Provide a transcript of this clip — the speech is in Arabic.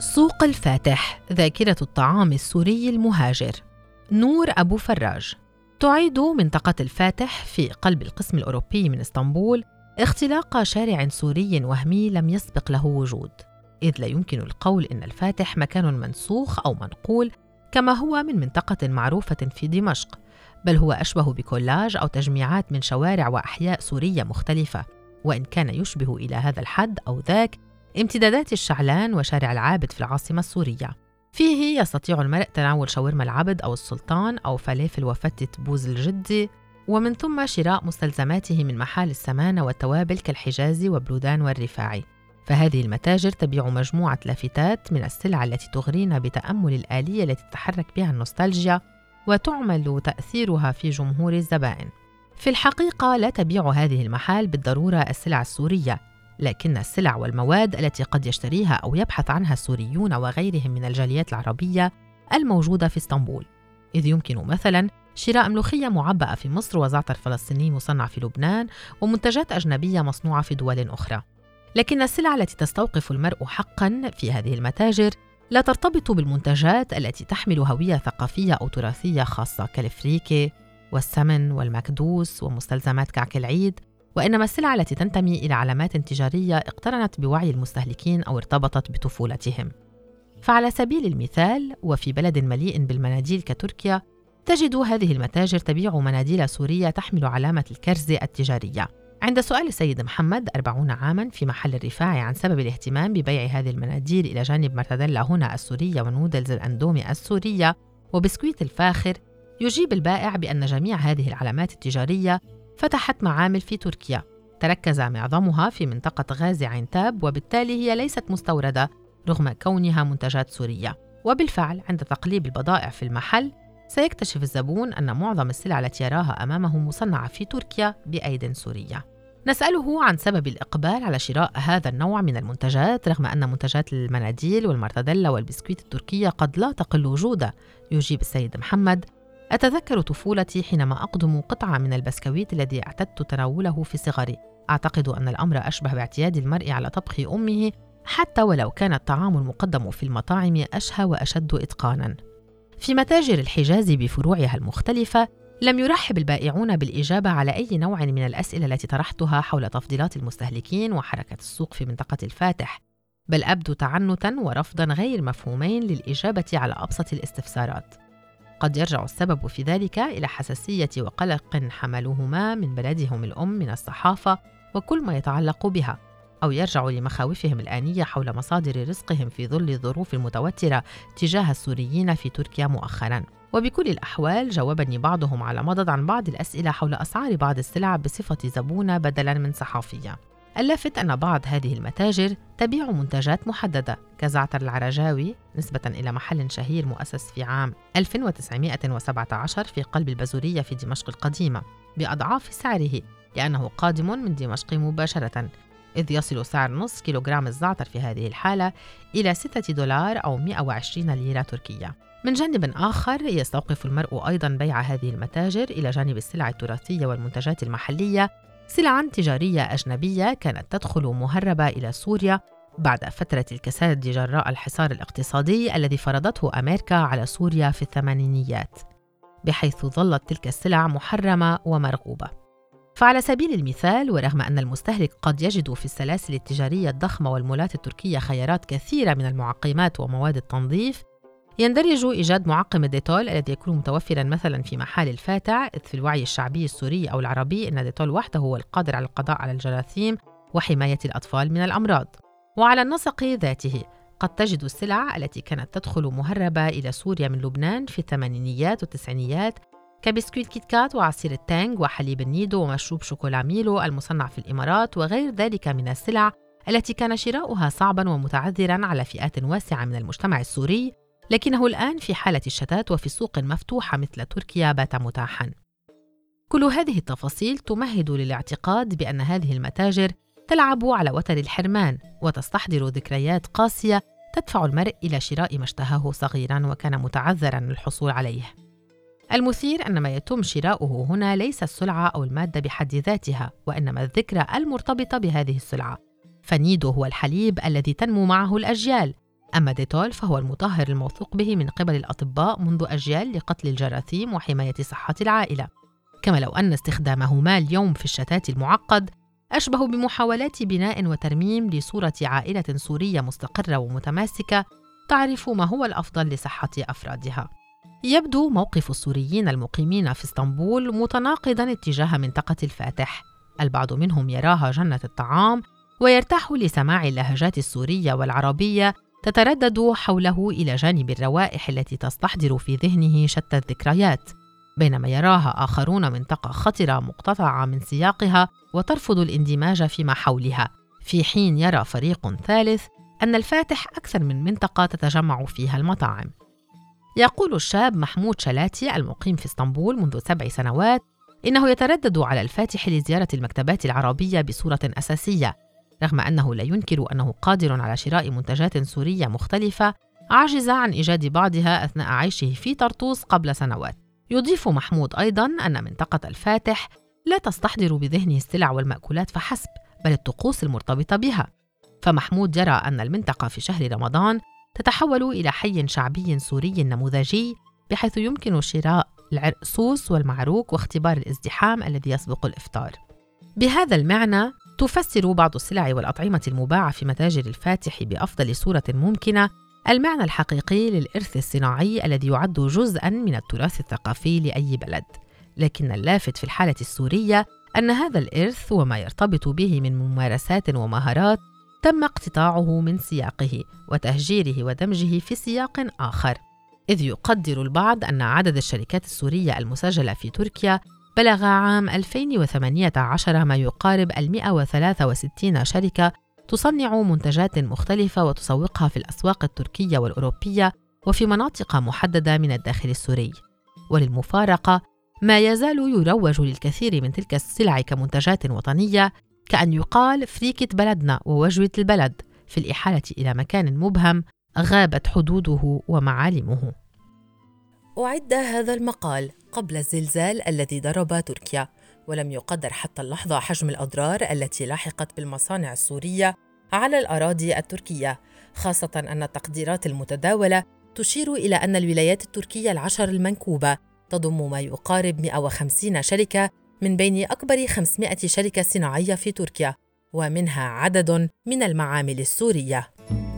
سوق الفاتح، ذاكرة الطعام السوري المهاجر. نور أبو فراج. تعيد منطقة الفاتح في قلب القسم الأوروبي من إسطنبول اختلاق شارع سوري وهمي لم يسبق له وجود، إذ لا يمكن القول إن الفاتح مكان منسوخ أو منقول كما هو من منطقة معروفة في دمشق، بل هو أشبه بكولاج أو تجميعات من شوارع وأحياء سورية مختلفة، وإن كان يشبه إلى هذا الحد أو ذاك امتدادات الشعلان وشارع العابد في العاصمة السورية. فيه يستطيع المرء تناول شاورما العبد أو السلطان أو فلافل وفتة بوز الجدي، ومن ثم شراء مستلزماته من محال السمانة والتوابل كالحجازي وبلودان والرفاعي. فهذه المتاجر تبيع مجموعة لافتات من السلع التي تغرينا بتأمل الآلية التي تتحرك بها النوستالجيا وتعمل تأثيرها في جمهور الزبائن. في الحقيقة لا تبيع هذه المحال بالضرورة السلع السورية، لكن السلع والمواد التي قد يشتريها أو يبحث عنها السوريون وغيرهم من الجاليات العربية الموجودة في اسطنبول، إذ يمكن مثلاً شراء ملوخية معبأة في مصر وزعتر فلسطيني مصنع في لبنان ومنتجات أجنبية مصنوعة في دول أخرى. لكن السلع التي تستوقف المرء حقاً في هذه المتاجر لا ترتبط بالمنتجات التي تحمل هوية ثقافية أو تراثية خاصة كالفريكة والسمن والمكدوس ومستلزمات كعك العيد، وإنما السلع التي تنتمي إلى علامات تجارية اقترنت بوعي المستهلكين أو ارتبطت بطفولتهم. فعلى سبيل المثال، وفي بلد مليء بالمناديل كتركيا، تجد هذه المتاجر تبيع مناديل سورية تحمل علامة الكرز التجارية. عند سؤال السيد محمد 40 عاماً في محل الرفاعي عن سبب الاهتمام ببيع هذه المناديل إلى جانب مرتديلا هنا السورية ونودلز الأندومي السورية وبسكويت الفاخر، يجيب البائع بأن جميع هذه العلامات التجارية فتحت معامل في تركيا، تركز معظمها في منطقة غازي عنتاب، وبالتالي هي ليست مستوردة رغم كونها منتجات سورية. وبالفعل عند تقليب البضائع في المحل سيكتشف الزبون أن معظم السلع التي يراها أمامه مصنعة في تركيا بأيد سورية. نسأله عن سبب الإقبال على شراء هذا النوع من المنتجات رغم أن منتجات المناديل والمرتديلا والبسكويت التركية قد لا تقل جودة. يجيب السيد محمد: أتذكر طفولتي حينما أقدم قطعة من البسكويت الذي اعتدت تناوله في صغري. أعتقد أن الأمر أشبه باعتياد المرء على طبخ أمه حتى ولو كان الطعام المقدم في المطاعم أشهى وأشد إتقاناً. في متاجر الحجاز بفروعها المختلفة لم يرحب البائعون بالإجابة على أي نوع من الأسئلة التي طرحتها حول تفضيلات المستهلكين وحركة السوق في منطقة الفاتح، بل أبدوا تعنتاً ورفضاً غير مفهومين للإجابة على أبسط الاستفسارات. قد يرجع السبب في ذلك إلى حساسية وقلق حملوهما من بلدهم الأم من الصحافة وكل ما يتعلق بها، أو يرجع لمخاوفهم الآنية حول مصادر رزقهم في ظل الظروف المتوترة تجاه السوريين في تركيا مؤخراً. وبكل الأحوال جاوبني بعضهم على مضض عن بعض الأسئلة حول أسعار بعض السلع بصفة زبونة بدلاً من صحافية. اللافت أن بعض هذه المتاجر تبيع منتجات محددة كزعتر العرجاوي نسبة إلى محل شهير مؤسس في عام 1917 في قلب البازورية في دمشق القديمة بأضعاف سعره، لأنه قادم من دمشق مباشرة، إذ يصل سعر نصف كيلوغرام الزعتر في هذه الحالة إلى $6 أو 120 ليرة تركية. من جانب آخر، يستوقف المرء أيضاً بيع هذه المتاجر إلى جانب السلع التراثية والمنتجات المحلية سلعاً تجارية أجنبية كانت تدخل مهربة إلى سوريا بعد فترة الكساد جراء الحصار الاقتصادي الذي فرضته أمريكا على سوريا في الثمانينيات، بحيث ظلت تلك السلع محرمة ومرغوبة. فعلى سبيل المثال، ورغم أن المستهلك قد يجد في السلاسل التجارية الضخمة والمولات التركية خيارات كثيرة من المعقمات ومواد التنظيف، يندرج إيجاد معقم الديتول الذي يكون متوفراً مثلاً في محال الفاتح، إذ في الوعي الشعبي السوري أو العربي أن الديتول وحده هو القادر على القضاء على الجراثيم وحماية الأطفال من الأمراض. وعلى النسق ذاته قد تجد السلع التي كانت تدخل مهربة إلى سوريا من لبنان في الثمانينيات والتسعينيات كبسكويت كيت كات وعصير التانغ وحليب النيدو ومشروب شوكولا ميلو المصنع في الإمارات وغير ذلك من السلع التي كان شراؤها صعباً ومتعذراً على فئات واسعة من المجتمع السوري، لكنه الآن في حالة الشتات وفي سوق مفتوحة مثل تركيا بات متاحاً. كل هذه التفاصيل تمهد للاعتقاد بأن هذه المتاجر تلعب على وتر الحرمان وتستحضر ذكريات قاسية تدفع المرء إلى شراء ما اشتهاه صغيراً وكان متعذراً الحصول عليه. المثير أن ما يتم شراؤه هنا ليس السلعة أو المادة بحد ذاتها، وإنما الذكرى المرتبطة بهذه السلعة. فنيدو هو الحليب الذي تنمو معه الأجيال، أما ديتول فهو المطهر الموثوق به من قبل الأطباء منذ أجيال لقتل الجراثيم وحماية صحة العائلة، كما لو أن استخدامهما اليوم في الشتات المعقد أشبه بمحاولات بناء وترميم لصورة عائلة سورية مستقرة ومتماسكة تعرف ما هو الأفضل لصحة أفرادها. يبدو موقف السوريين المقيمين في اسطنبول متناقضاً اتجاه منطقة الفاتح. البعض منهم يراها جنة الطعام ويرتاح لسماع اللهجات السورية والعربية تتردد حوله إلى جانب الروائح التي تستحضر في ذهنه شتى الذكريات، بينما يراها آخرون منطقة خطرة مقتطعة من سياقها وترفض الاندماج فيما حولها، في حين يرى فريق ثالث أن الفاتح أكثر من منطقة تتجمع فيها المطاعم. يقول الشاب محمود شلاتي المقيم في اسطنبول منذ 7 سنوات إنه يتردد على الفاتح لزيارة المكتبات العربية بصورة أساسية، رغم أنه لا ينكر أنه قادر على شراء منتجات سورية مختلفة عجز عن إيجاد بعضها أثناء عيشه في طرطوس قبل سنوات. يضيف محمود أيضاً أن منطقة الفاتح لا تستحضر بذهنه السلع والمأكولات فحسب، بل الطقوس المرتبطة بها. فمحمود يرى أن المنطقة في شهر رمضان تتحول إلى حي شعبي سوري نموذجي، بحيث يمكن شراء العرقسوس والمعروك واختبار الازدحام الذي يسبق الإفطار. بهذا المعنى تفسر بعض السلع والأطعمة المباعة في متاجر الفاتح بأفضل صورة ممكنة المعنى الحقيقي للإرث الصناعي الذي يعد جزءاً من التراث الثقافي لأي بلد. لكن اللافت في الحالة السورية أن هذا الإرث وما يرتبط به من ممارسات ومهارات تم اقتطاعه من سياقه وتهجيره ودمجه في سياق آخر، إذ يقدر البعض أن عدد الشركات السورية المسجلة في تركيا بلغ عام 2018 ما يقارب 163 شركة تصنع منتجات مختلفة وتسوقها في الأسواق التركية والأوروبية وفي مناطق محددة من الداخل السوري. وللمفارقة ما يزال يروج للكثير من تلك السلع كمنتجات وطنية، كأن يقال فريكة بلدنا ووجبة البلد، في الإحالة إلى مكان مبهم غابت حدوده ومعالمه. أعد هذا المقال قبل الزلزال الذي ضرب تركيا، ولم يقدر حتى اللحظة حجم الأضرار التي لاحقت بالمصانع السورية على الأراضي التركية، خاصة أن التقديرات المتداولة تشير إلى أن الولايات التركية 10 المنكوبة تضم ما يقارب 150 شركة من بين أكبر 500 شركة صناعية في تركيا، ومنها عدد من المعامل السورية.